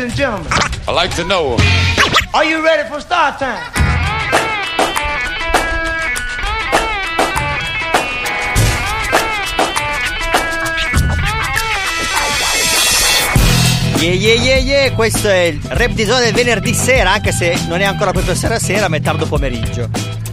and gentlemen, I like to know. Are you ready for start time? Yeah, questo è il Rap di Zona del venerdì sera, anche se non è ancora proprio sera, ma è tardo pomeriggio.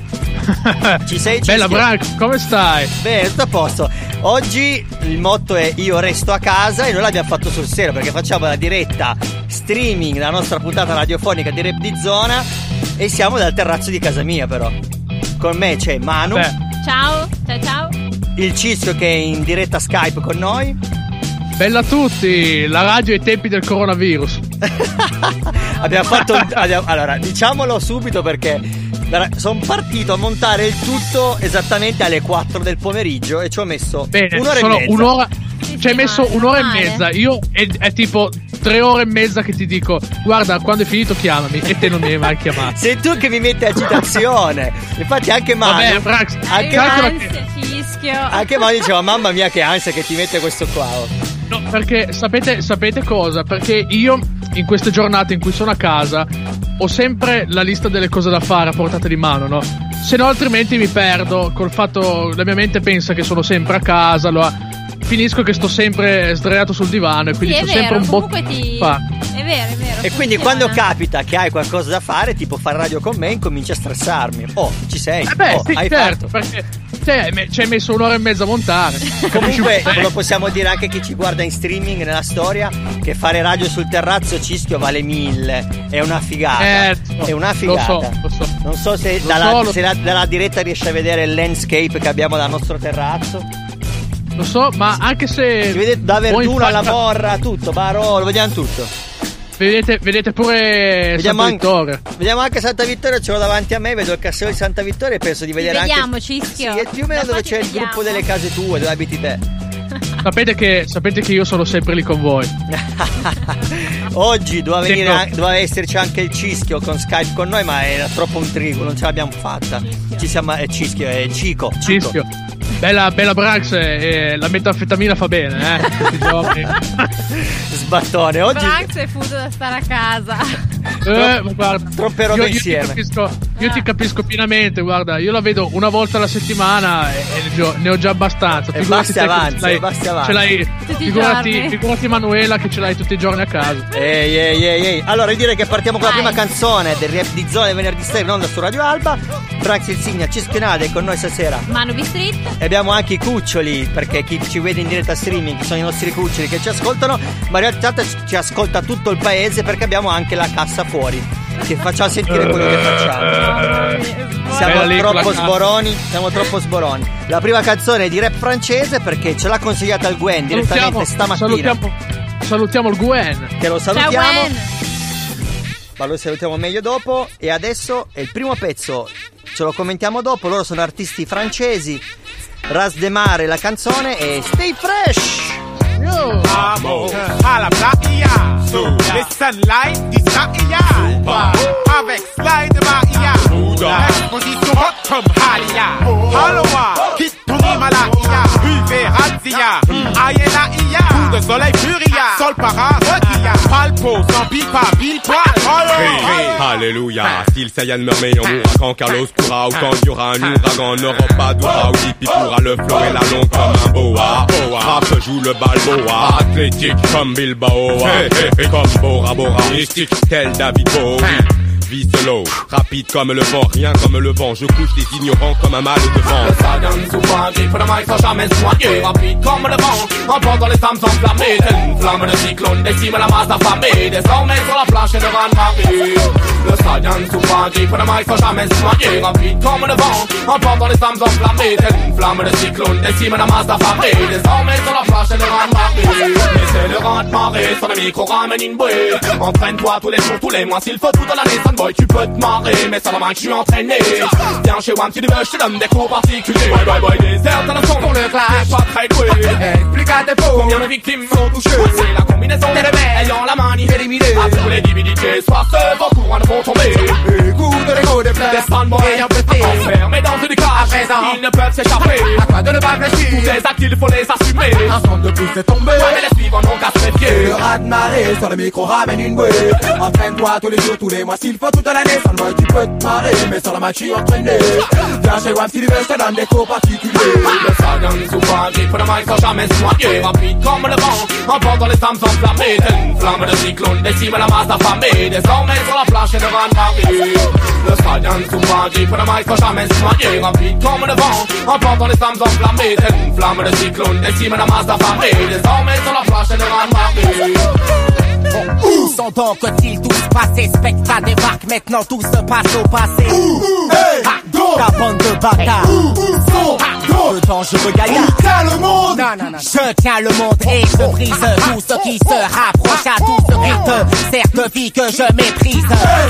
Ci sei? Bella Branx, come stai? Bene, tutto a posto. Oggi il motto è io resto a casa e noi l'abbiamo fatto sul serio perché facciamo la diretta streaming della nostra puntata radiofonica di Rap di Zona e siamo dal terrazzo di casa mia però. Con me c'è Manu. Ciao. Il Cischio che è in diretta Skype con noi. Bella a tutti, la radio ai tempi del coronavirus. Abbiamo fatto allora, diciamolo subito perché sono partito a montare il tutto esattamente alle 4 del pomeriggio e ci ho messo un'ora e mezza. Un'ora. Ci hai messo un'ora e mezza. Io è tipo 3 ore e mezza che ti dico guarda, quando è finito chiamami, e te non mi hai mai chiamato. Sei tu che mi metti agitazione. Infatti anche Manu. Vabbè, Brax, anche Manu diceva mamma mia che ansia che ti mette questo qua. No, perché sapete cosa? Perché io in queste giornate in cui sono a casa ho sempre la lista delle cose da fare a portata di mano, no? Se no altrimenti mi perdo col fatto, la mia mente pensa che sono sempre a casa, finisco che sto sempre sdraiato sul divano e quindi sì, c'ho sempre un botto. È vero. E quindi quando capita che hai qualcosa da fare, tipo fare radio con me, incominci a stressarmi. Oh, ci sei? Sì, hai certo, fatto. Perché ci hai messo un'ora e mezza a montare. Comunque lo possiamo dire anche chi ci guarda in streaming nella storia che fare radio sul terrazzo Cischio vale 1000. È una figata. È una figata. Lo so. Non so se dalla diretta riesci a vedere il landscape che abbiamo dal nostro terrazzo. Lo so, ma anche se si vede da Verduna alla Morra, tutto, Barolo, vediamo tutto. Vedete pure Santa Vittoria. Vediamo anche Santa Vittoria, ce l'ho davanti a me, vedo il castello di Santa Vittoria e penso di vedere vediamo, anche Cischio. Sì, è più o meno dove c'è il gruppo delle case tue, dove abiti te. Sapete che io sono sempre lì con voi. Oggi doveva esserci anche il Cischio con Skype con noi, ma era troppo un trigo, non ce l'abbiamo fatta. Ci siamo, è Cischio, è Cico. Bella Brax, la metanfetamina fa bene, tutti i giorni. Sbattone. Oggi Brax è futo da stare a casa. Guarda, troppe robe insieme. Io ti capisco pienamente, guarda, io la vedo una volta alla settimana e ne ho già abbastanza. E basti avanti. Ce l'hai figurati Manuela che ce l'hai tutti i giorni a casa. Ehi. Allora io direi che partiamo con la prima canzone del Rap di Zona venerdì sera in onda su Radio Alba. Brax Insignia, Cischionade è con noi stasera. Manu B-Street. E abbiamo anche i cuccioli, perché chi ci vede in diretta streaming sono i nostri cuccioli che ci ascoltano, ma in realtà ci ascolta tutto il paese perché abbiamo anche la cassa fuori che faccia sentire quello che facciamo. Siamo troppo sboroni. La prima canzone è di rap francese perché ce l'ha consigliata il Gwen direttamente stamattina. Salutiamo il Gwen. Che lo salutiamo. Ciao Gwen. Ma lo salutiamo meglio dopo. E adesso è il primo pezzo, ce lo commentiamo dopo. Loro sono artisti francesi. Ras de Mare la canzone e Stay Fresh. Vamos à la playa sous les sunlight d'Israël avec slide Maria exposition hot comme Halia Haloa Kituni Malaya Uverazia Ayena Iya coup de soleil furia sol para Rodia Palpo sans pipa bilpa Alléluia style Saiyan Mermaid en mourra quand Carlos pourra ou quand il y aura un ouragan n'aura pas d'aura ou Dipi pourra le flow et la longue comme un boa Rap joue le balboa athlétique comme Bilbao et comme Bora Bora mystique tel David Bowie Vie solo, rapide comme le vent, rien comme le vent, je couche les ignorants comme un mal de vent. Le Saiyan sous bandit, pour le maïs sans jamais soigner, rapide comme le vent, emportant les flammes enflammées, telle une flamme de cyclone, décime la masse affamée, désormais sur la planche et de Anne-Marie. Le Saiyan sous bandit, pour le maïs sans jamais soigner, rapide comme le vent, emportant les flammes enflammées, telle une flamme de cyclone, décime la masse affamée, désormais sur la planche et de Anne-Marie. Mais c'est le rente-marée, sur le micro ramène une bouée, entraîne-toi tous les jours, tous les mois, s'il faut toute l'année, boy, tu peux te marrer, mais ça va mal que je suis entraîné. Viens chez One, si tu veux, je te donne des cours particuliers. Boy, désert dans le son pour le clash. Pas très doué. Explique à tes faux combien de victimes sont touchées. C'est la combinaison des rebelles ayant la manie éliminée. À tous les divinités, soir ce vos courants ne vont tomber. Écoute l'écho des fleurs, des fanboys enfermés dans une cage. À présent, ils ne peuvent s'échapper. À quoi de de ne pas réfléchir. Tous tes actes, il faut les assumer. Un centre de plus est tombé, ouais, mais les suivants n'ont qu'à se méfier. Le raz de marée sur le micro ramène une bouée. Entraîne-toi tous les jours, tous les mois, s'il faut toute l'année. Sans le mot tu peux te marrer, mais sur la match tu es entraîné. Viens chez WAM si tu veux, je te donne des cours particuliers. Le Stallion souvent agit pour le mic sans jamais se noyer. Rapide comme le vent, emportant les flammes enflammées. Telle une flamme de cyclone, décime la masse affamée. Désormais sur la planche et de Anne-Marie. Le Stallion souvent agit pour le mic sans jamais se noyer. Rapide comme le vent, emportant les flammes enflammées. Telle une flamme de cyclone, décime la masse affamée. Désormais sur la planche et de Anne-Marie. Où sont donc ils tous passés? Spectre débarque, maintenant tout se passe au passé. Ta bande de bâtards. Le temps je veux gagner. Tiens le monde. Non. Je tiens le monde et je brise tout ce qui se rapproche à tout ce qui te sert de vie que je méprise.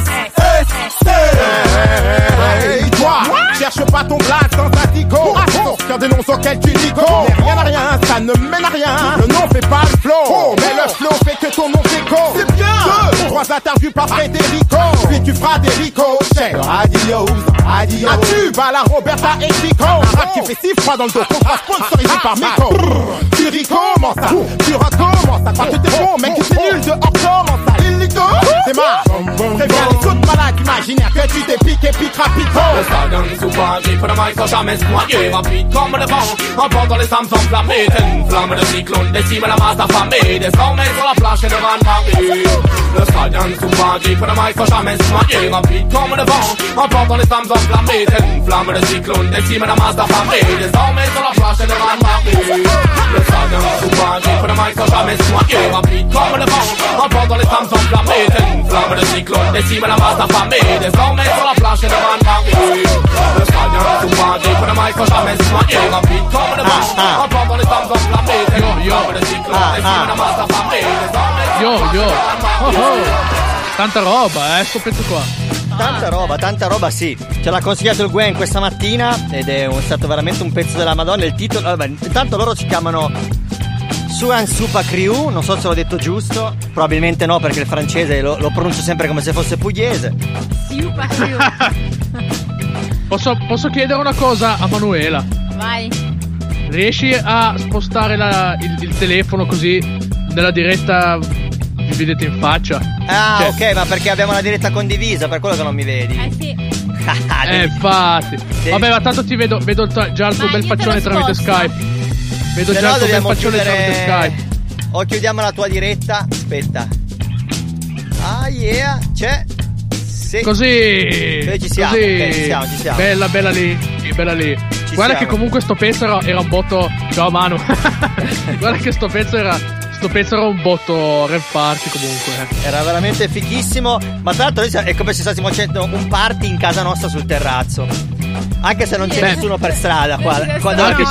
Hey, toi, cherche pas ton blague dans ta tico. Qu'un des noms auxquels tu ligo. Rien à rien, ça ne mène à rien. Le nom fait pas le flow, mais le flow fait que ton nom s'écho. C'est bien. 2-3 interviews par Federico. Puis tu feras des ricochets. Adios. As-tu vas la Roberta et Chico. Un rap qui fait si froid dans le dos qu'on sera sponsorisé par Miko. Tu recommences ça, tu recommences ça. Quand tu t'es bon, mec, tu t'es nul dehors, comment ça? Illico, c'est marre. Préviens les autres malades imaginaires que tu t'es piqué, pique rapido. Le Stallion souvent agit pour le mic sans jamais se noyer. Rapide comme le vent, emportant les flammes enflammées. Telle une flamme de cyclone, décime la masse affamée. Désormais sur la planche et de Anne-Marie. Le Stallion souvent agit pour le mic sans jamais se noyer. Rapide comme le vent, emportant les flammes enflammées. Telle une flamme de cyclone, décime la masse affamée. Désormais sur la planche et de Anne-Marie. Le Stallion souvent agit pour le mic sans jamais se noyer. Rapide comme le vent, emportant les flammes enflammées. Telle une flamme de cyclone, décime la masse affamée. Désormais sur la planche et de Anne-Marie. Le Stallion souvent agit pour le mic sans jamais se noyer. Rapide comme le vent, emportant les flammes enflammées. Telle une flamme de cyclone, décime la masse affamée. Désormais sur la planche et de Anne-Marie. Tanta roba, sto pezzo qua. Tanta roba, sì. Ce l'ha consigliato il Gwen questa mattina ed è stato veramente un pezzo della Madonna. Il titolo, vabbè, intanto loro si chiamano Suan Supa Crew, non so se l'ho detto giusto, probabilmente no perché il francese lo pronuncio sempre come se fosse pugliese. Supa Crew. Posso chiedere una cosa a Manuela? Vai. Riesci a spostare il telefono così nella diretta vi vedete in faccia? Ah, ok, ma perché abbiamo una diretta condivisa, per quello che non mi vedi. Sì. Infatti. Vabbè, ma tanto ti vedo già il tuo bel faccione tramite Skype. Vedo già il tuo bel faccione tramite Skype. O chiudiamo la tua diretta. Aspetta. Ah, yeah, c'è. Sì. Così. Ci siamo, okay, ci siamo. Bella lì. Guarda che comunque sto pezzo era un botto. Ciao Manu. Guarda che sto pezzo era un botto rap party comunque. Era veramente fighissimo. Ma tra l'altro è come se stessimo facendo un party in casa nostra sul terrazzo. Anche se non c'è nessuno per strada qua, anche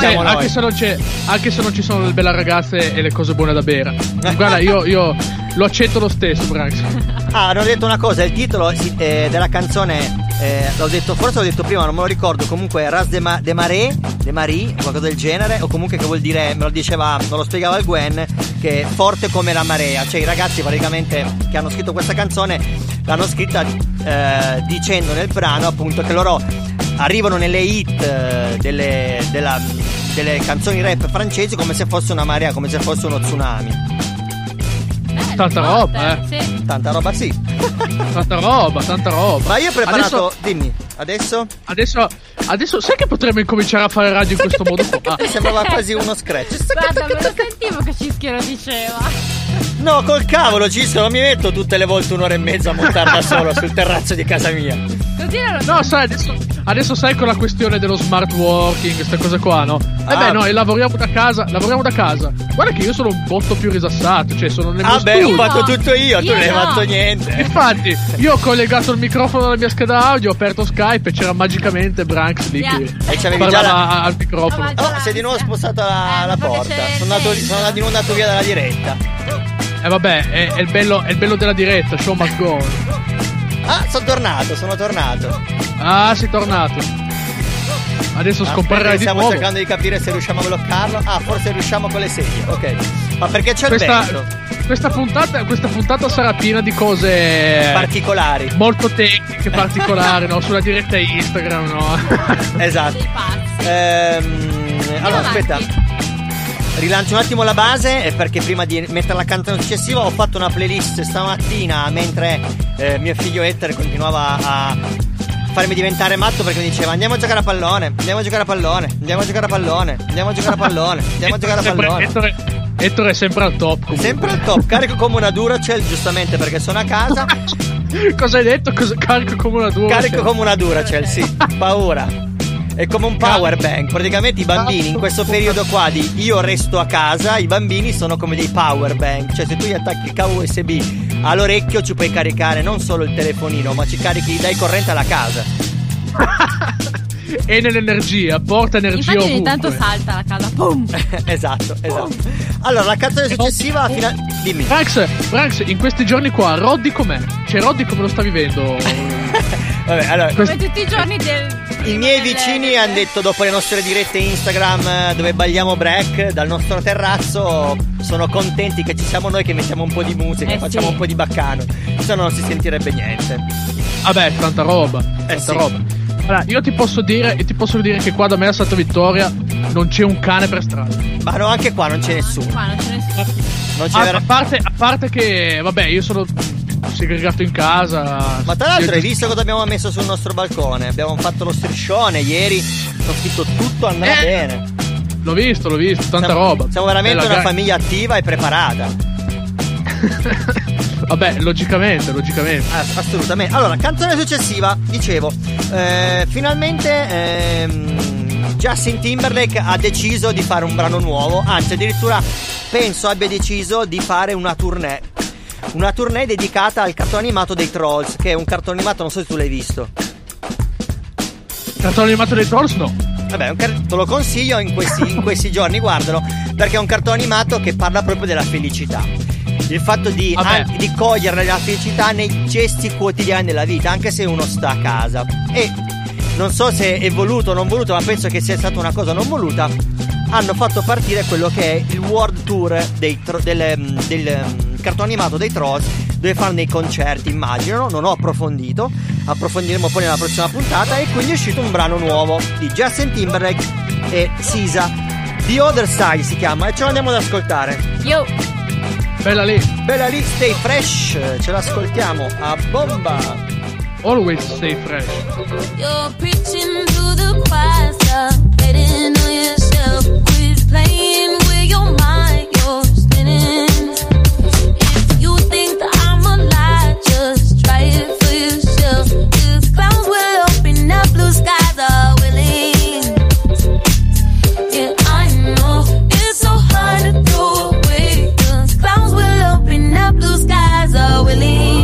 se non ci sono le belle ragazze e le cose buone da bere. Guarda, io lo accetto lo stesso, Branks. Hanno detto una cosa, il titolo della canzone forse l'ho detto prima, non me lo ricordo. Comunque Ras de Marie, qualcosa del genere, o comunque che vuol dire, me lo spiegava il Gwen, che è forte come la marea. Cioè i ragazzi praticamente che hanno scritto questa canzone l'hanno scritta dicendo nel brano appunto che loro arrivano nelle hit delle canzoni rap francesi come se fosse una marea, come se fosse uno tsunami. Tanta roba, sì. Tanta roba, sì. Tanta roba. Ma io ho preparato. Dimmi, adesso sai che potremmo incominciare a fare radio in questo modo qua? Mi sembrava quasi uno scratch. Guarda, me lo sentivo che Cischio lo diceva. No, col cavolo, Cischio, non mi metto tutte le volte un'ora e mezza a montare da solo sul terrazzo di casa mia. No, sai, adesso sai con la questione dello smart working, questa cosa qua, no? Noi lavoriamo da casa. Guarda che io sono un botto più rilassato, cioè sono nel mio studio. Ho fatto tutto io tu non hai fatto niente. Infatti, io ho collegato il microfono alla mia scheda audio, ho aperto Skype e c'era magicamente Branks lì che parlava al microfono. Sei di nuovo spostato la porta. Sono andato via dalla diretta. Vabbè, è il bello della diretta, show must go on. Sono tornato. Ah, sei tornato. Adesso scomparerai di nuovo. Stiamo cercando di capire se riusciamo a bloccarlo. Forse riusciamo con le sedie, ok. Ma perché c'è il vento? Questa puntata sarà piena di cose particolari, molto tecniche, particolari, no? Sulla diretta Instagram, no? Esatto. Allora, aspetta. Rilancio un attimo la base perché prima di mettere la canzone successiva ho fatto una playlist stamattina mentre mio figlio Ettore continuava a farmi diventare matto perché mi diceva andiamo a giocare a pallone, andiamo a giocare a pallone, andiamo a giocare a pallone, andiamo a giocare a pallone, andiamo a giocare a pallone. Ettore è sempre al top comunque. Sempre al top, carico come una Duracell giustamente perché sono a casa. Cosa hai detto? Carico come una Duracell? Carico come una Duracell, sì, paura. È come un power bank. Praticamente i bambini in questo periodo qua di io resto a casa, i bambini sono come dei power bank. Cioè se tu gli attacchi il cavo USB all'orecchio ci puoi caricare non solo il telefonino, ma ci carichi, dai corrente alla casa. E nell'energia, porta energia ovunque. ovunque. Intanto salta la casa. Pum. Esatto. Allora la canzone successiva dimmi. Franks, in questi giorni qua Roddy com'è? Cioè Roddy come lo sta vivendo? Vabbè, allora, come tutti i giorni i miei vicini hanno detto dopo le nostre dirette Instagram dove balliamo break dal nostro terrazzo, sono contenti che ci siamo noi che mettiamo un po' di musica, facciamo un po' di baccano, se no non si sentirebbe niente. Vabbè, tanta roba. Roba. Allora, io ti posso dire che qua da me a Santa Vittoria non c'è un cane per strada. Ma no, anche qua non c'è nessuno. Non c'è a parte che, vabbè, io sono segregato in casa. Ma tra l'altro hai visto cosa abbiamo messo sul nostro balcone? Abbiamo fatto lo striscione ieri, ho scritto tutto andrà bene. L'ho visto, tanta roba. Siamo veramente una famiglia attiva e preparata. Vabbè, logicamente. Assolutamente. Allora, canzone successiva, dicevo, finalmente Justin Timberlake ha deciso di fare un brano nuovo, anzi addirittura penso abbia deciso di fare una tournée dedicata al cartone animato dei Trolls, che è un cartone animato, non so se tu l'hai visto. Cartone animato dei Trolls no. Vabbè, te lo consiglio in questi giorni, guardalo, perché è un cartone animato che parla proprio della felicità. Il fatto di cogliere la felicità nei gesti quotidiani della vita, anche se uno sta a casa. E non so se è voluto o non voluto, ma penso che sia stata una cosa non voluta. Hanno fatto partire quello che è il World Tour del cartone animato dei Trolls, dove fanno dei concerti, immagino. Non ho approfondiremo poi nella prossima puntata. E quindi è uscito un brano nuovo di Justin Timberlake e SZA, The Other Side si chiama, e ce lo andiamo ad ascoltare. Yo! Bella lì, stay fresh, ce l'ascoltiamo a bomba. Always stay fresh. You're preaching to the choir, stop betting on yourself. Quit playing with your mind, you're spinning. If you think that I'm a lie, just try it for yourself. If clouds will open up, blue skies are willing. Yeah, I know it's so hard to throw away. Cause clouds will open up, blue skies are willing.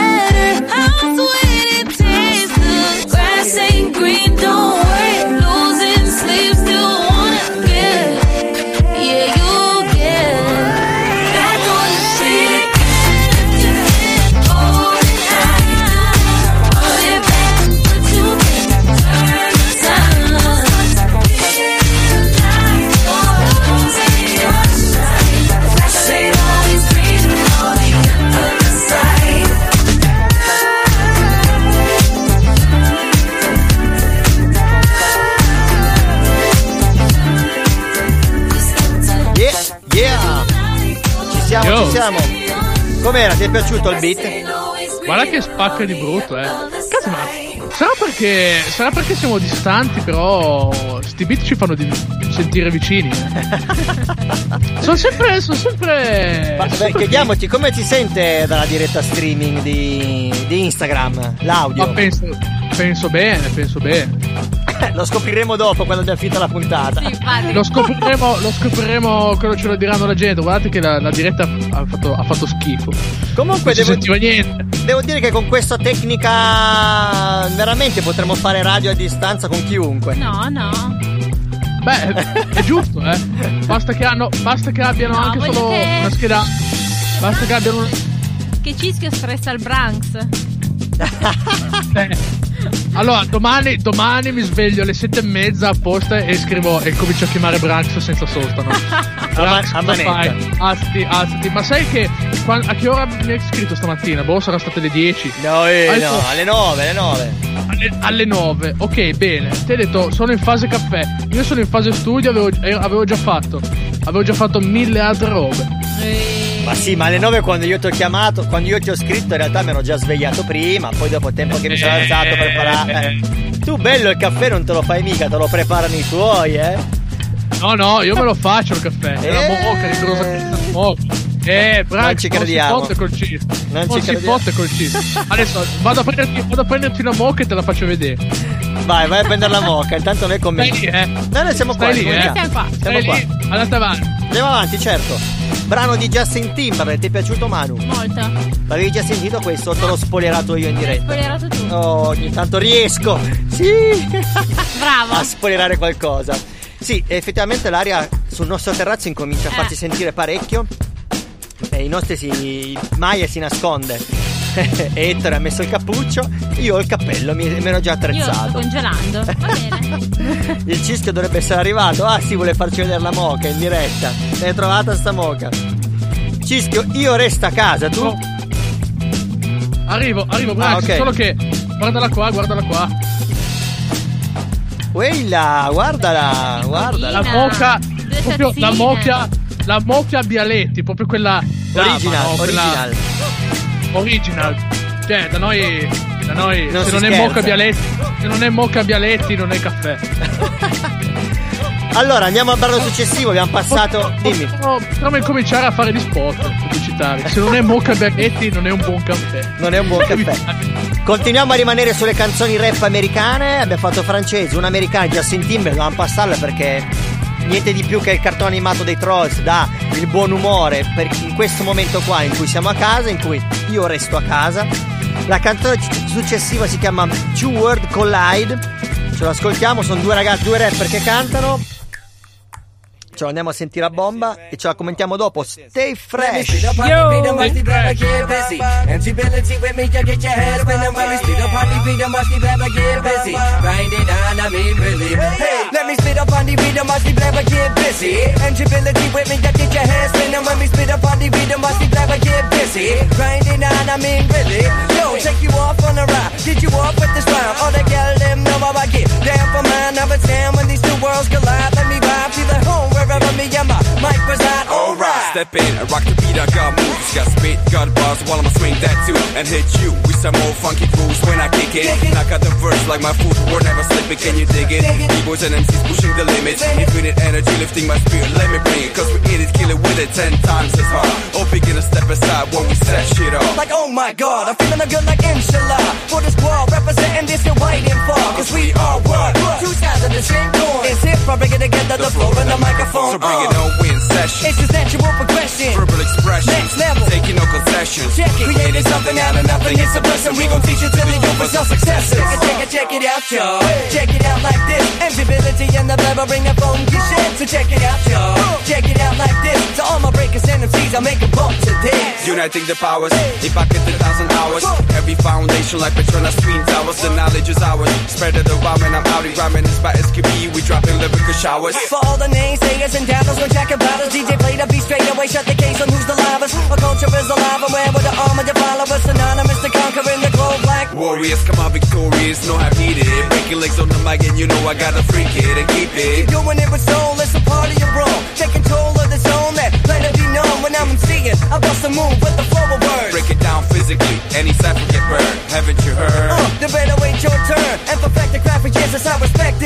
Green, don't worry, lose Ci siamo. Com'era? Ti è piaciuto il beat? Guarda che spacca di brutto, Cazzo, ma sarà perché siamo distanti, però sti beat ci fanno sentire vicini. Sono sempre. Ma chiediamoci come ti sente dalla diretta streaming di Instagram, l'audio. Ma penso bene. Lo scopriremo dopo quando abbiamo finito la puntata. Sì, infatti. Lo scopriremo quando ce lo diranno la gente. Guardate che la diretta ha fatto schifo. Comunque non si sentiva niente. Devo dire che con questa tecnica veramente potremmo fare radio a distanza con chiunque. No. Beh, è giusto, Basta che abbiano anche solo una scheda. Basta che abbiano una. Che Cischio stressa il Branks. Allora, domani mi sveglio alle 7:30 apposta e scrivo e comincio a chiamare Branks senza sosta, no? Branks, a cosa manetta. fai? Alzati. Ma sai che a che ora mi hai scritto stamattina? Sarà state le 10. No, alle 9. Alle 9. Ok, bene. Ti hai detto sono in fase caffè. Io sono in fase studio, avevo già fatto 1000 altre robe. Ma sì, ma alle 9 quando io ti ho chiamato, quando io ti ho scritto, in realtà mi ero già svegliato prima, poi dopo tempo che mi sono alzato per preparare. Tu bello il caffè non te lo fai mica, te lo preparano i tuoi, No, io me lo faccio il caffè. È una moca, ritrosa che sta moca. Branks, non ci crediamo. Non si fotte col cheese. Non si fotte col cheese. Adesso vado a prenderti una moca e te la faccio vedere. Vai a prendere la moca, intanto noi commentiamo. Noi siamo qua. Siamo qua. Andate avanti. Andiamo avanti, certo. Brano di Justin Timberlake, ti è piaciuto, Manu? Molto. L'avevi già sentito questo? Te l'ho spoilerato io in diretta. Spoilerato tu. Oh, ogni tanto riesco. Sì. Bravo. A spoilerare qualcosa. Sì, effettivamente l'aria sul nostro terrazzo incomincia a farsi sentire parecchio. E i nostri Maya si nasconde. E Ettore ha messo il cappuccio. Io ho il cappello, me l'ho già attrezzato. Io sto congelando. Va bene. Il Cischio dovrebbe essere arrivato. Ah sì, vuole farci vedere la moca in diretta. L'hai trovata sta moca? Cischio, io resto a casa, tu? Arrivo, Branks, okay. Solo che guardala qua. Quella, guardala. La moca, proprio la moca Bialetti, proprio quella original. Cioè, da noi non se non è moca Bialetti non è caffè. Allora, andiamo al brano successivo, abbiamo passato. Dimmi. Potremmo cominciare a fare gli spot pubblicitari. Se non è moca Bialetti non è un buon caffè. Non è un buon caffè. Continuiamo a rimanere sulle canzoni rap americane. Abbiamo fatto francese, una americana, Justin Timberlake, dovevamo passarla perché niente di più che il cartone animato dei Trolls dà il buon umore in questo momento qua in cui siamo a casa, in cui io resto a casa. La canzone successiva si chiama Two World Collide. Ce lo ascoltiamo, sono due rapper che cantano. Ce lo andiamo a sentire a bomba e ce la commentiamo dopo. Stay fresh. Let me spit up on the rhythm, watch the blabber get busy. Angibility with me, get your hands spinning. When we spit up on the rhythm, watch the blabber get busy. Grinding on, I mean really. Yo, take you off on a ride, get you off with this rhyme. All the girl them know how I get down for mine. Never stand when these two worlds collide. Let me ride, feel at home wherever me and my mic reside. Alright. Step in and rock the beat, I got moves, got spit, got bars while I'ma swing that too and hit you with some more funky grooves when I kick it. Knock out the verse like my footboard never slipping. Can you dig it? B-boys and MCs pushing the limits. Infinite energy lifting my spirit. Let me bring it, cause we in it, kill it with it 10 times as hard. Oh, begin to step aside when we set shit off. Like oh my god, I'm feeling good like inshallah. For this world, representing this you're waiting for. Cause we are what? Two sides of the same coin. It's hip hop, bring it together, the floor and the microphone. So bring it on, we in session. It's just natural progression. Verbal expression. Next level. Taking no concessions. Check it. Creating something out of nothing, it's a blessing. We gon' teach it till you for some successes. Check it out, y'all. Check it out like this. Invisibility and the blabber bring that funky shit. So check it out, y'all. Check it out like this. To all my breakers and MCs, I make a bump to this. Uniting the powers, if I get 1,000 hours. Every foundation like Petronas Twin Towers. The knowledge is ours. Spread it around and I'm out rhyming. It's by SQB, we dropping lyrical showers. For all the naysayers and doubters, no jack about us. DJ play the beat straight away, shut the case on who's the livest. Our culture is alive and where with the arm of your followers. Synonymous to conquering the globe like warriors, come on victorious, no have needed it. Breaking legs on the mic and you know I gotta freak it and keep it. Keep doing it with soul, it's a part of your role. Take control of the zone, let it be known when I'm seeing. I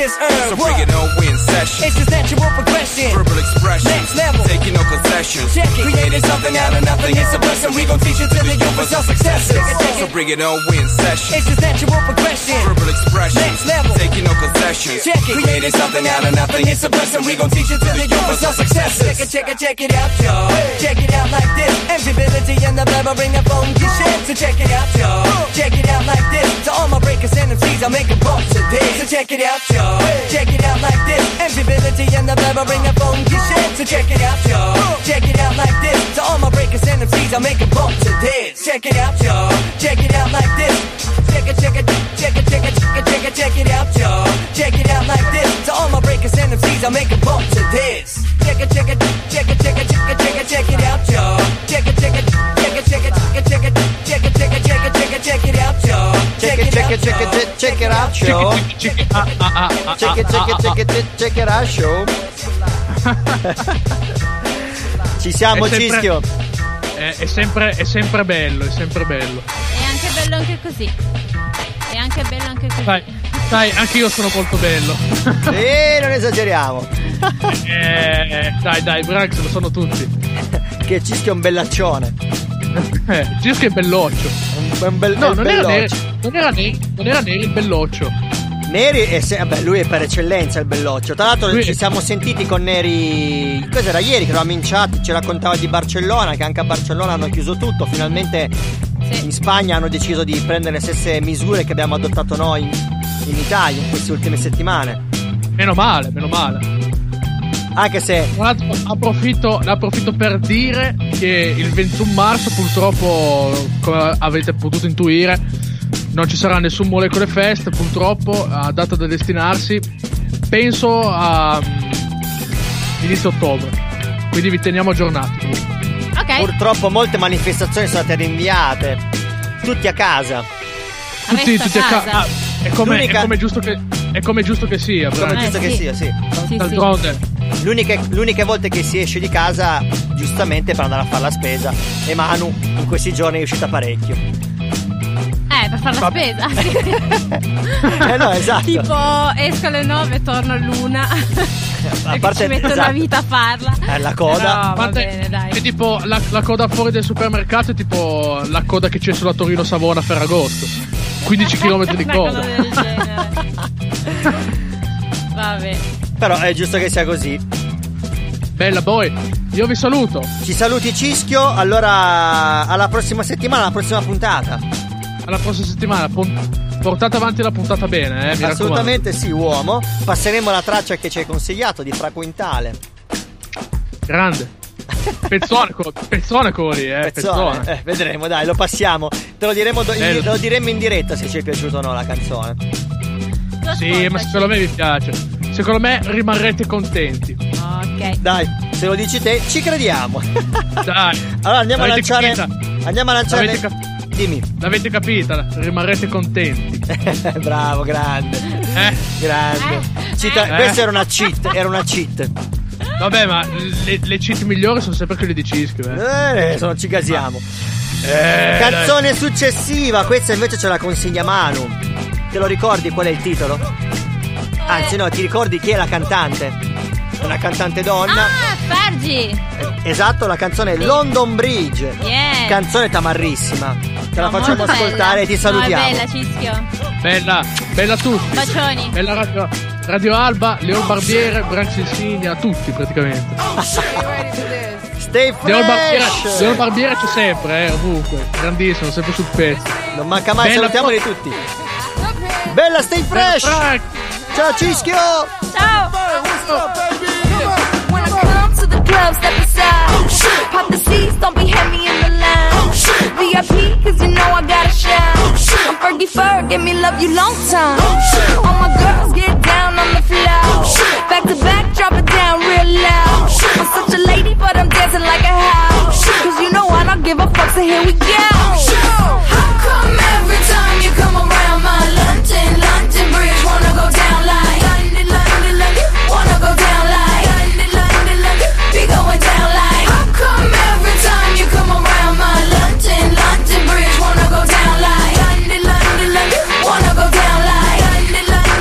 this So bring it on, we in session. It's just natural progression. Verbal expression. Next level. Taking no concessions. Check it. Creating something out of nothing. It's a blessing. We gon' teach it to the youth for your successes. So bring it on, we in session. It's just natural progression. Verbal expression. Next level. Taking no concessions. Check it. Creating something out of nothing. It's a blessing. We gon' teach it to the youth for your successes. Check it out, y'all. Check it out like this. Invisibility and the blabbering of funky shit. So check it out, y'all. Check it out like this. To all my breakers and MCs, I'll make a bump today. So check it out, y'all. Check it out like this. Invisibility and the blabbering of funky shit. So check it out, y'all. Check it out like this. To all my breakers and MCs, I'll make a bump today. Check it out, y'all. Check it out like this. Check it out, y'all. Check it out like this. To all my breakers and MCs, I'll make a bump to this. Check it out, y'all. Check it out, y'all. Check it out, y'all. Check it out, show. Ci siamo, Cischio. È sempre bello, è sempre bello. È anche bello anche così. È anche bello anche così. Dai, anche io sono molto bello. Non esageriamo. Dai, Brax, lo sono tutti. Che Cischio è un bellaccione. Cischio è belloccio. Non era Neri il belloccio. Neri vabbè, lui è per eccellenza il belloccio. Tra l'altro ci siamo sentiti con Neri. Cos'era ieri che eravamo in chat? Ci raccontava di Barcellona, che anche a Barcellona hanno chiuso tutto. Finalmente in Spagna hanno deciso di prendere le stesse misure che abbiamo adottato noi in Italia in queste ultime settimane. Meno male. Anche se approfitto per dire che il 21 marzo purtroppo, come avete potuto intuire, non ci sarà nessun Molecole Fest, purtroppo, a data da destinarsi, penso a inizio ottobre, quindi vi teniamo aggiornati. Ok. Purtroppo molte manifestazioni sono state rinviate, tutti a casa. Tutti a casa. È come giusto che sia. Come giusto che sia, sì. D'altronde. L'unica volta che si esce di casa, giustamente, per andare a fare la spesa, e Manu in questi giorni è uscita parecchio. Per fare la spesa. No, esatto. Tipo esco alle 9, torno all'1. A parte, ci metto una vita a farla. La coda. No, va bene, dai. È tipo la coda fuori del supermercato, è tipo la coda che c'è sulla Torino-Savona a Ferragosto. 15 km di coda. Una cosa del genere. Vabbè. Però è giusto che sia così. Bella boy, io vi saluto. Ci saluti, Cischio. Allora alla prossima settimana, alla prossima puntata. Alla prossima settimana, portate avanti la puntata bene, mi assolutamente sì, uomo. Passeremo la traccia che ci hai consigliato di Fra Quintale. Grande. Pezzone cori, pezzone. Vedremo, dai, lo passiamo. Te lo diremo in diretta se ci è piaciuto o no la canzone. Sì, ma secondo me vi piace. Secondo me rimarrete contenti. Ok. Dai, se lo dici te, ci crediamo. Dai. Allora andiamo a lanciare. Dimmi. L'avete capita? Rimarrete contenti. Bravo, grande. Grande. Questa era una cheat. Vabbè, ma le cheat migliori sono sempre quelle di Cischio. Ci casiamo. Canzone successiva. Questa invece ce la consiglia Manu. Te lo ricordi qual è il titolo? Anzi no, ti ricordi chi è la cantante? Una cantante donna. Fergie. Esatto, la canzone è London Bridge. Yeah. Canzone tamarrissima. Te la facciamo ascoltare e ti salutiamo. Bella, Cischio. Bella a tutti. Bacioni. Bella Radio Alba, Leon Barbiere, Branch Insigne, a tutti praticamente. Stay fresh. Leon Barbiere c'è sempre, ovunque. Grandissimo, sempre sul pezzo. Non manca mai, salutiamoli tutti. Bella, stay fresh. Ciao Cischio. Ciao. When I come to the club, step aside. Pop the seats, don't be heavy in the line. VIP, cause you know I gotta shine. I'm Fergie Ferg, give me love you long time. All my girls get down on the floor. Back to back, drop it down real loud. I'm such a lady, but I'm dancing like a house. Cause you know I don't give a fuck, so here we go. How come every time you come around my London Bridge wanna go down like London, wanna go down like London, be going down like. How come every time you come around my London Bridge wanna go down like London, wanna go down like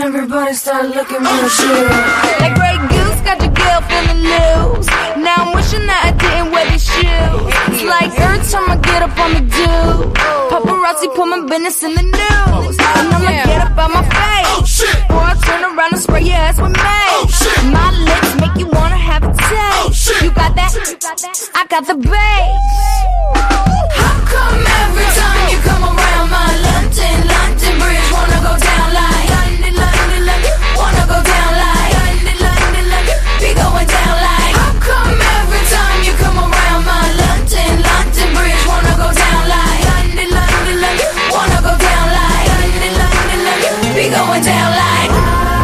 and everybody started looking real chill. Like Grey Goose got your girl feeling loose. Now I'm wishing that I didn't wear these shoes. It's like every time I get up on the do, paparazzi put my business in the news. And I'ma get up on my face before I turn around and spray your ass with mace. My lips make you wanna have a taste. You got that? I got the bass. How come every time you come around my London Bridge wanna go down like London, wanna go down like London, be going down like. How come every time you come around my London Bridge wanna go down like London, wanna go down like London, be going down like.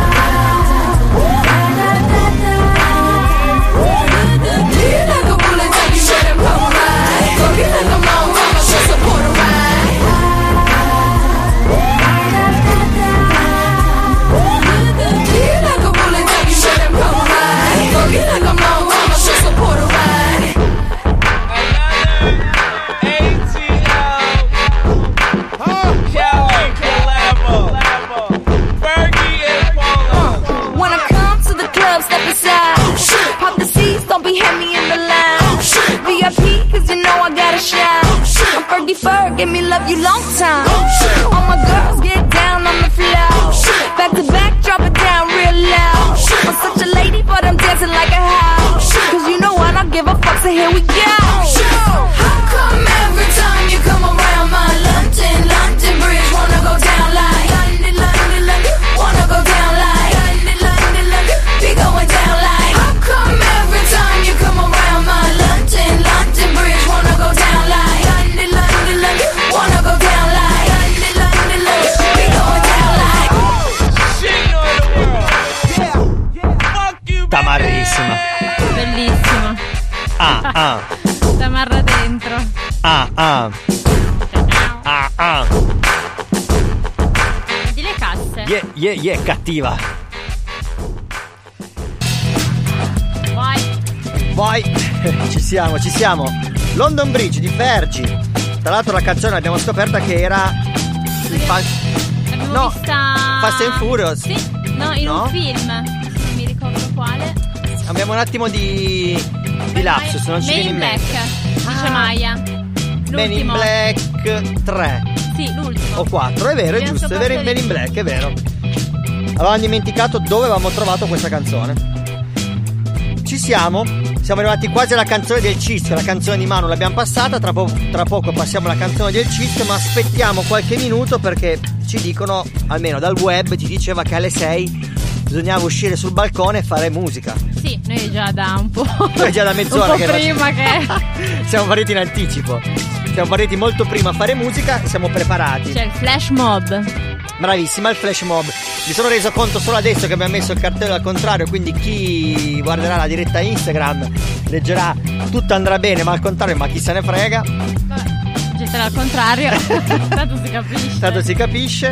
Give me love you long time. All my girls get down on the floor. Back to back, drop it down real loud. I'm such a lady, but I'm dancing like a house. Cause you know I don't give a fuck, so here we go. How come every time you come around my London Bridge wanna go down like London, wanna go down like London, be going down like. How come every time you come around my London Bridge wanna go down like London, wanna go down like London, be going down like. Tamarrissima. Bellissima. Tamarra dentro. Vedi le casse. Yeah, cattiva. Vai. Ci siamo. London Bridge di Fergie. Tra l'altro la canzone abbiamo scoperto che era L'abbiamo vista Fast and Furious. Sì, in un film, non mi ricordo quale. Abbiamo un attimo di lapsus, non ci viene in mente. Dice Maya. Men in Black 3. Sì, l'ultimo. O 4, è vero, è giusto, è vero, Men in Black, è vero. Avevamo dimenticato dove avevamo trovato questa canzone. Ci siamo arrivati quasi alla canzone del Cisco. La canzone di Manu l'abbiamo passata, tra poco passiamo alla canzone del Cisco, ma aspettiamo qualche minuto perché ci dicono, almeno dal web ci diceva che alle 6 bisognava uscire sul balcone e fare musica. Sì, noi già da un po'. Noi già da mezz'ora un po' prima che siamo partiti in anticipo. Siamo partiti molto prima a fare musica e siamo preparati. C'è il flash mob. Bravissima, il flash mob. Mi sono reso conto solo adesso che abbiamo messo il cartello al contrario, quindi chi guarderà la diretta Instagram leggerà tutto andrà bene, ma al contrario, ma chi se ne frega. Vabbè, getterà al contrario. Tanto si capisce.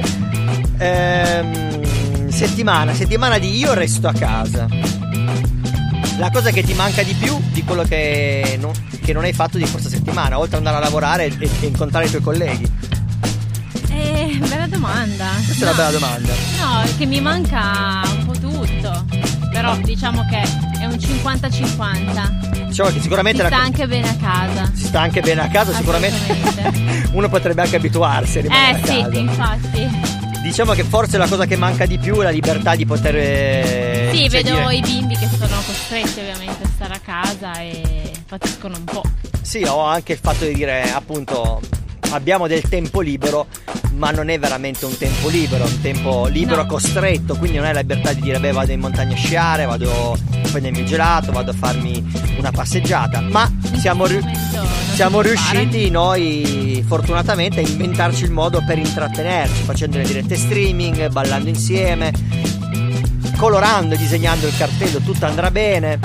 Settimana di Io resto a casa. La cosa che ti manca di più di quello che non hai fatto di questa settimana, oltre ad andare a lavorare e incontrare i tuoi colleghi? Bella domanda. Questa è una bella domanda. No, che mi manca un po' tutto. Però diciamo che è un 50-50. Diciamo che sicuramente si sta anche bene a casa. Si sta anche bene a casa, sicuramente. Uno potrebbe anche abituarsi a rimanere a casa. Sì, infatti. Diciamo che forse la cosa che manca di più è la libertà di poter. Sì, vedo i bimbi che sono costretti ovviamente a stare a casa e fatiscono un po'. Sì, ho anche il fatto di dire, appunto, abbiamo del tempo libero, ma non è veramente un tempo libero, è un tempo libero costretto, quindi non è la libertà di dire vado in montagna a sciare, vado a prendermi il gelato, vado a farmi una passeggiata, ma siamo riusciti noi fortunatamente a inventarci il modo per intrattenerci, facendo le dirette streaming, ballando insieme, colorando e disegnando il cartello, tutto andrà bene,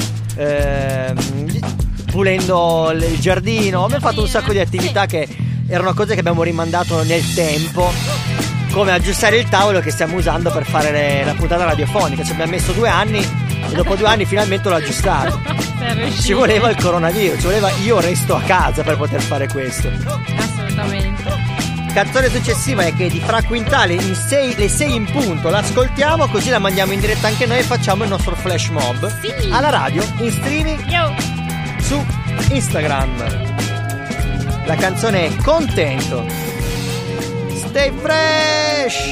pulendo il giardino. Abbiamo fatto un sacco di attività che erano cose che abbiamo rimandato nel tempo, come aggiustare il tavolo che stiamo usando per fare la puntata radiofonica. Ci abbiamo messo 2 anni e dopo 2 anni finalmente l'ho aggiustato. Ci voleva il coronavirus, ci voleva Io resto a casa per poter fare questo. Assolutamente. canzone successiva è che è di Fra Quintale, le 6 in punto, l'ascoltiamo così la mandiamo in diretta anche noi e facciamo il nostro flash mob alla radio, in streaming su Instagram. La canzone è Contento. Stay fresh.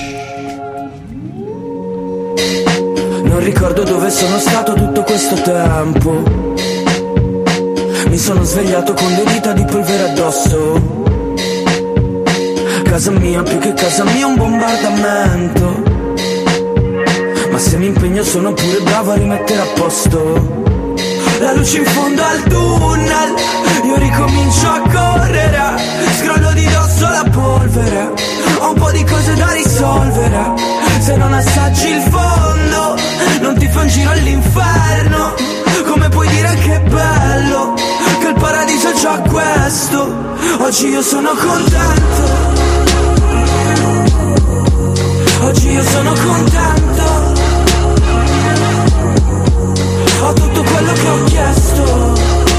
Non ricordo dove sono stato tutto questo tempo. Mi sono svegliato con le dita di polvere addosso. Casa mia più che casa mia un bombardamento. Ma se mi impegno sono pure bravo a rimettere a posto. La luce in fondo al tunnel, io ricomincio a correre. Scrollo di dosso la polvere. Ho un po' di cose da risolvere. Se non assaggi il fondo, non ti fa un giro all'inferno. Come puoi dire che è bello, che il paradiso è già questo. Oggi io sono contento. Oggi io sono contento. Ho tutto quello che ho chiesto.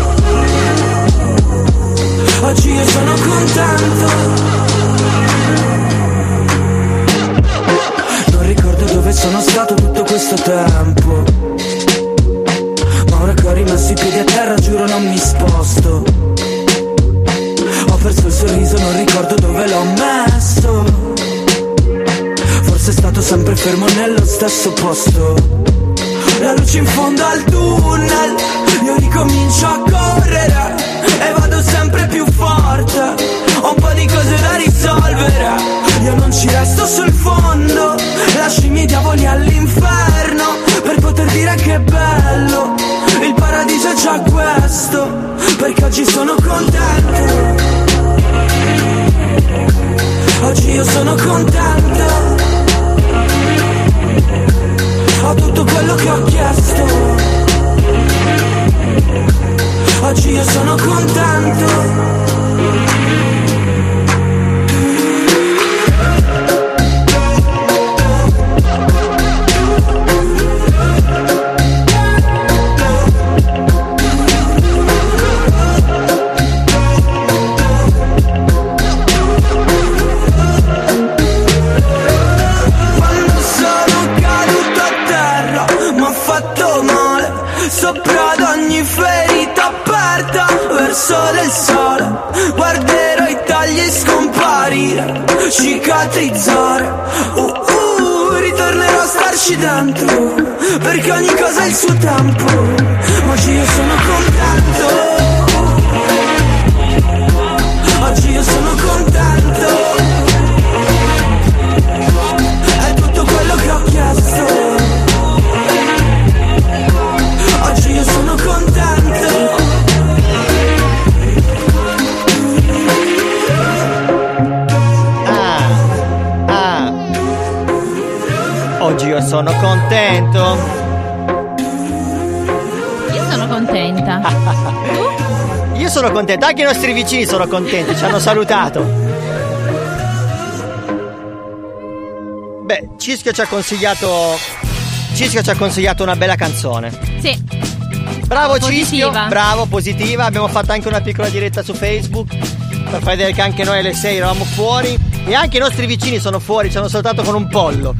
Oggi io sono contento. Non ricordo dove sono stato tutto questo tempo. Ma ora che ho rimesso i piedi a terra giuro non mi sposto. Ho perso il sorriso, non ricordo dove l'ho messo. Forse è stato sempre fermo nello stesso posto. La luce in fondo al tunnel, io ricomincio a correre e vado sempre più forte. Ho un po' di cose da risolvere. Io non ci resto sul fondo. Lascio i miei diavoli all'inferno per poter dire che è bello. Il paradiso è già questo, perché oggi sono contento. Oggi io sono contento. Ho tutto quello che ho chiesto. Oggi io sono contento. Sopra ad ogni ferita aperta, verso del sole, guarderò i tagli scomparire, cicatrizzare. Ritornerò a starci dentro, perché ogni cosa ha il suo tempo. Ma oggi io sono contento. Oggi io sono contento. È tutto quello che ho chiesto. Oggi io sono contento. Oggi io sono contento. Io sono contenta. Tu? Io sono contento, anche i nostri vicini sono contenti, ci hanno salutato. Beh, Cischio ci ha consigliato una bella canzone. Sì. Bravo Positiva. Cischio, bravo, positiva. Abbiamo fatto anche una piccola diretta su Facebook per far vedere che anche noi alle 6 eravamo fuori. E anche i nostri vicini sono fuori, ci hanno salutato con un pollo.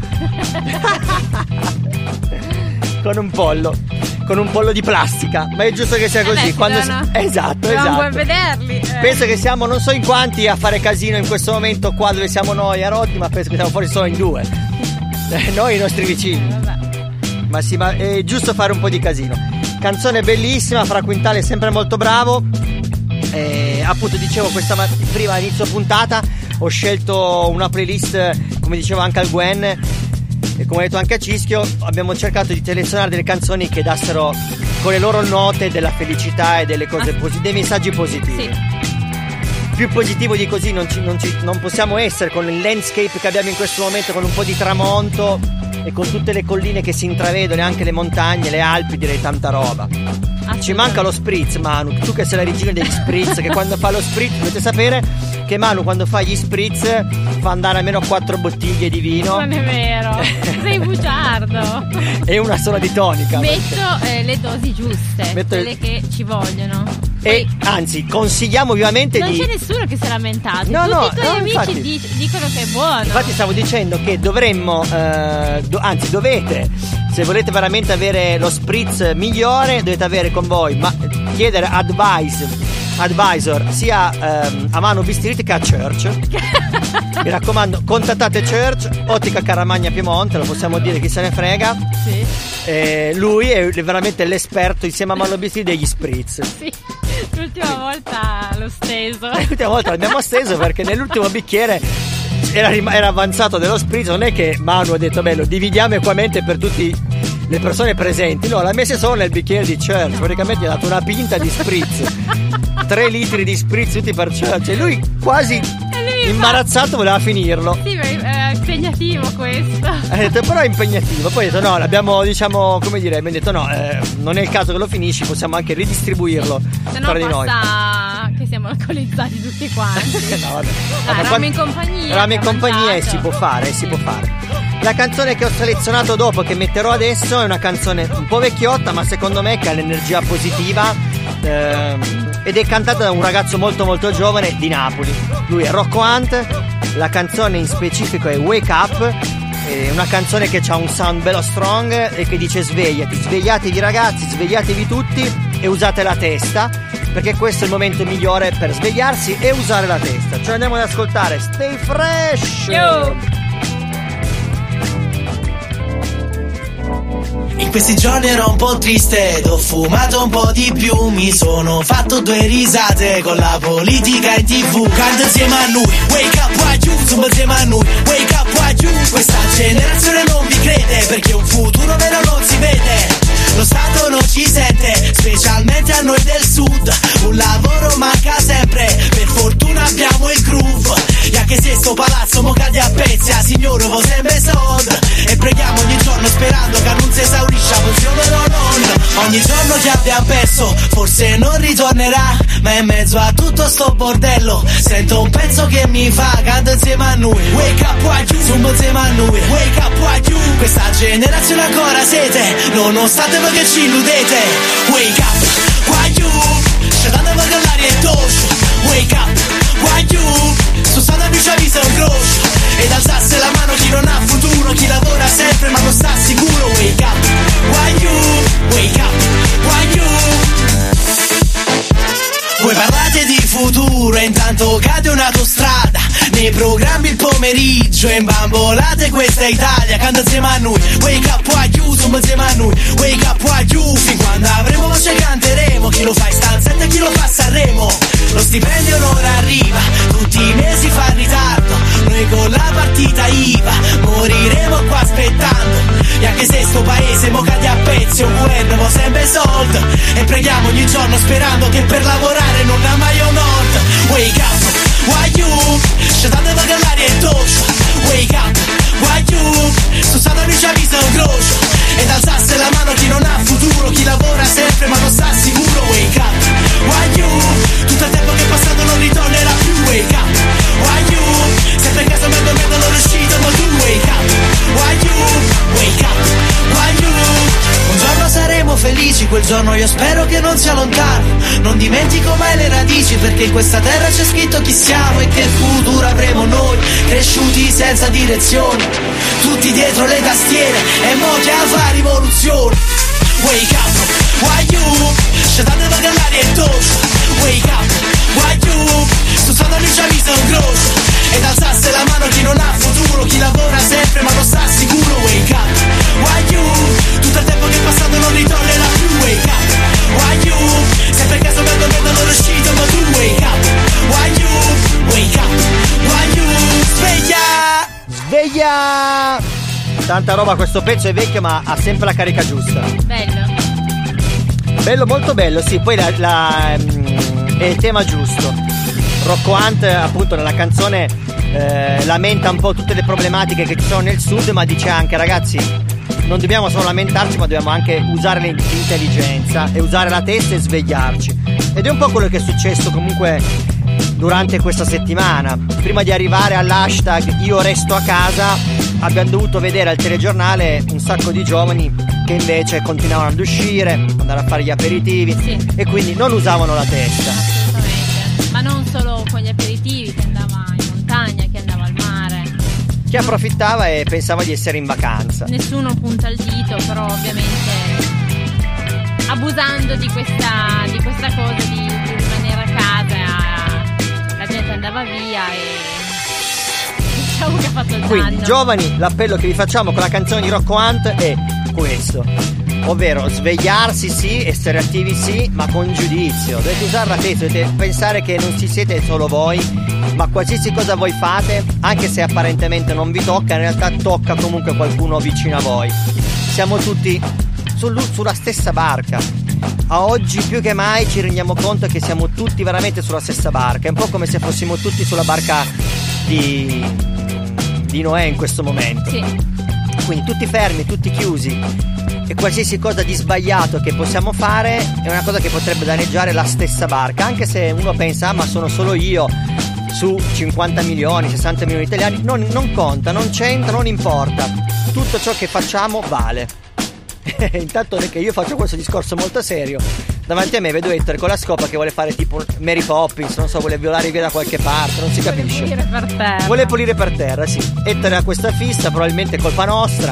Con un pollo di plastica. Ma è giusto che sia così. Esatto. Vuoi vederli? Penso che siamo non so in quanti a fare casino in questo momento qua dove siamo noi a Roddi, ma penso che siamo fuori solo in 2. Noi e i nostri vicini. Ma sì, ma è giusto fare un po' di casino. Canzone bellissima, Fra Quintale sempre molto bravo. Appunto dicevo prima inizio puntata ho scelto una playlist, come dicevo anche al Gwen e come ho detto anche a Cischio, abbiamo cercato di selezionare delle canzoni che dassero con le loro note della felicità e delle cose dei messaggi positivi. Sì. Più positivo di così non possiamo essere, con il landscape che abbiamo in questo momento, con un po' di tramonto e con tutte le colline che si intravedono e anche le montagne, le Alpi, direi tanta roba. Ci manca lo spritz, Manu, tu che sei la regina degli spritz, che quando fa lo spritz, dovete sapere che Manu quando fa gli spritz fa andare almeno 4 bottiglie di vino. Non è vero, sei bugiardo. e una sola di tonica. Metto le dosi giuste, quelle che ci vogliono. E anzi, consigliamo vivamente non di... c'è nessuno che si è lamentato. No, tutti i tuoi amici infatti, dicono che è buono. Infatti stavo dicendo che dovremmo anzi dovete, se volete veramente avere lo spritz migliore, dovete avere con voi, ma chiedere advisor sia a Manu Bistrit che a Church. Mi raccomando, contattate Church, Ottica Caramagna Piemonte, lo possiamo dire, chi se ne frega. Sì. Lui è veramente l'esperto insieme a Manu Bistrit degli spritz. Sì. L'ultima volta l'ho steso. L'ultima volta l'abbiamo steso perché nell'ultimo bicchiere era avanzato dello spritz. Non è che Manu ha detto beh, lo dividiamo equamente per tutte le persone presenti. No, l'ha messa solo nel bicchiere di Church. Praticamente gli ha dato una pinta di spritz. 3 litri di spritz tutti per Church. E lui quasi imbarazzato voleva finirlo. Sì, è impegnativo questo. Ha detto però è impegnativo. Poi ha detto no, l'abbiamo, diciamo, come dire, abbiamo detto no, non è il caso che lo finisci, possiamo anche ridistribuirlo se no tra di noi. Che siamo alcolizzati tutti quanti. No, vabbè. Eravamo in compagnia. Eravamo in compagnia e si può fare, La canzone che ho selezionato dopo, che metterò adesso, è una canzone un po' vecchiotta, ma secondo me che ha l'energia positiva, ed è cantata da un ragazzo molto molto giovane di Napoli. Lui è Rocco Hunt. La canzone in specifico è Wake Up. È una canzone che ha un sound bello strong e che dice svegliatevi ragazzi, svegliatevi tutti e usate la testa, perché questo è il momento migliore per svegliarsi e usare la testa. Ce l'andiamo ad ascoltare. Stay fresh. Yo. In questi giorni ero un po' triste ed ho fumato un po' di più. Mi sono fatto 2 risate con la politica in TV. Canta insieme a noi, wake up qua giù. Zumba insieme a noi, wake up qua giù. Questa generazione non vi crede, perché un futuro vero non si vede. Lo Stato non ci sente, specialmente a noi del sud. Un lavoro manca sempre, per fortuna abbiamo il groove. E anche se sto palazzo mo cade a pezzi, a signore vo sempre soldi. E preghiamo ogni giorno sperando che non si esaurisce la funzione o non. Ogni giorno che abbiamo perso, forse non ritornerà. Ma in mezzo a tutto sto bordello sento un pezzo che mi fa, canta insieme a noi. Wake up qua giù, zumba insieme a noi. Wake up qua giù, questa generazione ancora siete, nonostante voi che ci illudete. Wake up qua giù, scegliate voi che l'aria è dolce. Wake up qua giù, su sana bici avvisa un croce. Ed alzasse la mano chi non ha futuro, chi lavora sempre ma non sta sicuro. Wake up qua giù, wake up qua giù. Voi parlate di futuro e intanto cade un'autostrada nei programmi il pomeriggio e imbambolate questa Italia. Canta insieme a noi, wake up qua giù, zumba insieme a noi, wake up qua giù. Fin quando avremo voce canteremo, chi lo fa in stanzetta e chi lo fa a Sanremo. Lo stipendio non arriva, tutti i mesi fa ritardo. Noi con la partita IVA moriremo qua aspettando. E anche se sto paese mo cade a pezzi, un governo sempre soldi. E preghiamo ogni giorno sperando che per lavorare non ha mai un nord. Wake up, why you? Scetate voi che l'aria è dolce. Wake up, why you? Su sana bici avvisa un croce. Ed alzasse la mano chi non ha futuro, chi lavora sempre ma non sta sicuro. Wake up, why you? Tutto il tempo che è passato non ritornerà più. Wake up, why you? Sempre in casa mi addormento non uscito ma tu. Wake up, why you? Wake up, why you? Un giorno saremo felici, quel giorno io spero che non sia lontano. Non dimentico mai le radici, perché in questa terra c'è scritto chi siamo e che futuro avremo noi, cresciuti senza direzione, tutti dietro le tastiere e mo che a fare rivoluzione. Wake up, why you? Scetate voi che l'aria è dolce. Wake up, why you? Su sotto ci avvisa un croce. Ed alzasse la mano chi non ha futuro, chi lavora sempre ma non sta sicuro. Wake up, why you? Tutto il tempo che è passato non ritornerà più. Wake up, why you? Sempre in caso vengo non è uscito ma tu. Wake up, why you? Wake up, why you? Sveglia! Tanta roba, questo pezzo è vecchio ma ha sempre la carica giusta. Bello, molto bello, sì. Poi è il tema giusto. Rocco Hunt appunto nella canzone lamenta un po' tutte le problematiche che ci sono nel sud, ma dice anche ragazzi non dobbiamo solo lamentarci ma dobbiamo anche usare l'intelligenza e usare la testa e svegliarci. Ed è un po' quello che è successo comunque durante questa settimana. Prima di arrivare all'hashtag io resto a casa abbiamo dovuto vedere al telegiornale un sacco di giovani che invece continuavano ad uscire, andare a fare gli aperitivi e quindi non usavano la testa. Assolutamente, ma non solo con gli aperitivi, che andava in montagna, che andava al mare. Chi approfittava e pensava di essere in vacanza. Nessuno punta il dito, però ovviamente abusando di questa cosa di rimanere a casa, la gente andava via e diciamo che ha fatto il Quindi danno. giovani, l'appello che vi facciamo con la canzone di Rocco Hunt è questo, ovvero svegliarsi sì, essere attivi sì, ma con giudizio. Dovete usare la testa, dovete pensare che non ci siete solo voi, ma qualsiasi cosa voi fate, anche se apparentemente non vi tocca, in realtà tocca comunque qualcuno vicino a voi. Siamo tutti sulla stessa barca. A oggi più che mai ci rendiamo conto che siamo tutti veramente sulla stessa barca. È un po' come se fossimo tutti sulla barca di Noè in questo momento. Sì. Quindi tutti fermi, tutti chiusi, e qualsiasi cosa di sbagliato che possiamo fare è una cosa che potrebbe danneggiare la stessa barca, anche se uno pensa ma sono solo io su 50 milioni, 60 milioni di italiani. Non conta, non c'entra, non importa, tutto ciò che facciamo vale. Intanto che io faccio questo discorso molto serio, davanti a me vedo Ettore con la scopa che vuole fare tipo Mary Poppins, non so, vuole violare via da qualche parte, non si capisce. Vuole pulire per terra. Vuole pulire per terra, sì. Ettore ha questa fissa, probabilmente è colpa nostra.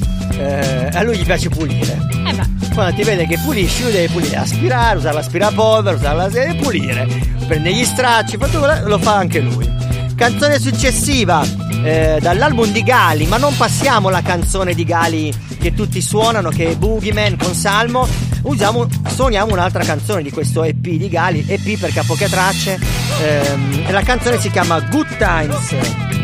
A lui gli piace pulire. Quando ti vede che pulisci, lui deve pulire, aspirare, usare l'aspirapolvere, e pulire. Prende gli stracci, lo fa anche lui. Canzone successiva dall'album di Gali, ma non passiamo la canzone di Gali che tutti suonano, che è Boogeyman con Salmo. Suoniamo un'altra canzone di questo EP di Gali, EP perché ha poche tracce, e la canzone si chiama Good Times.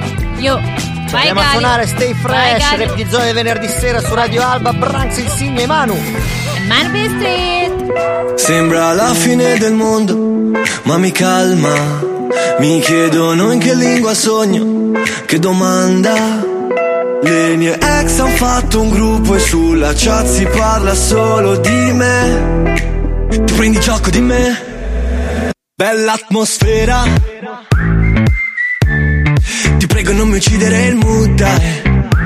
Andiamo a suonare Stay Fresh, Rap di Zona del venerdì sera su Radio Alba, Branx, il Signo e Manu. Manby Street. Sembra la fine del mondo, ma mi calma. Mi chiedono in che lingua sogno, che domanda. Le mie ex han fatto un gruppo e sulla chat si parla solo di me. Ti prendi gioco di me? Bella atmosfera. Ti prego non mi uccidere il mood, dai.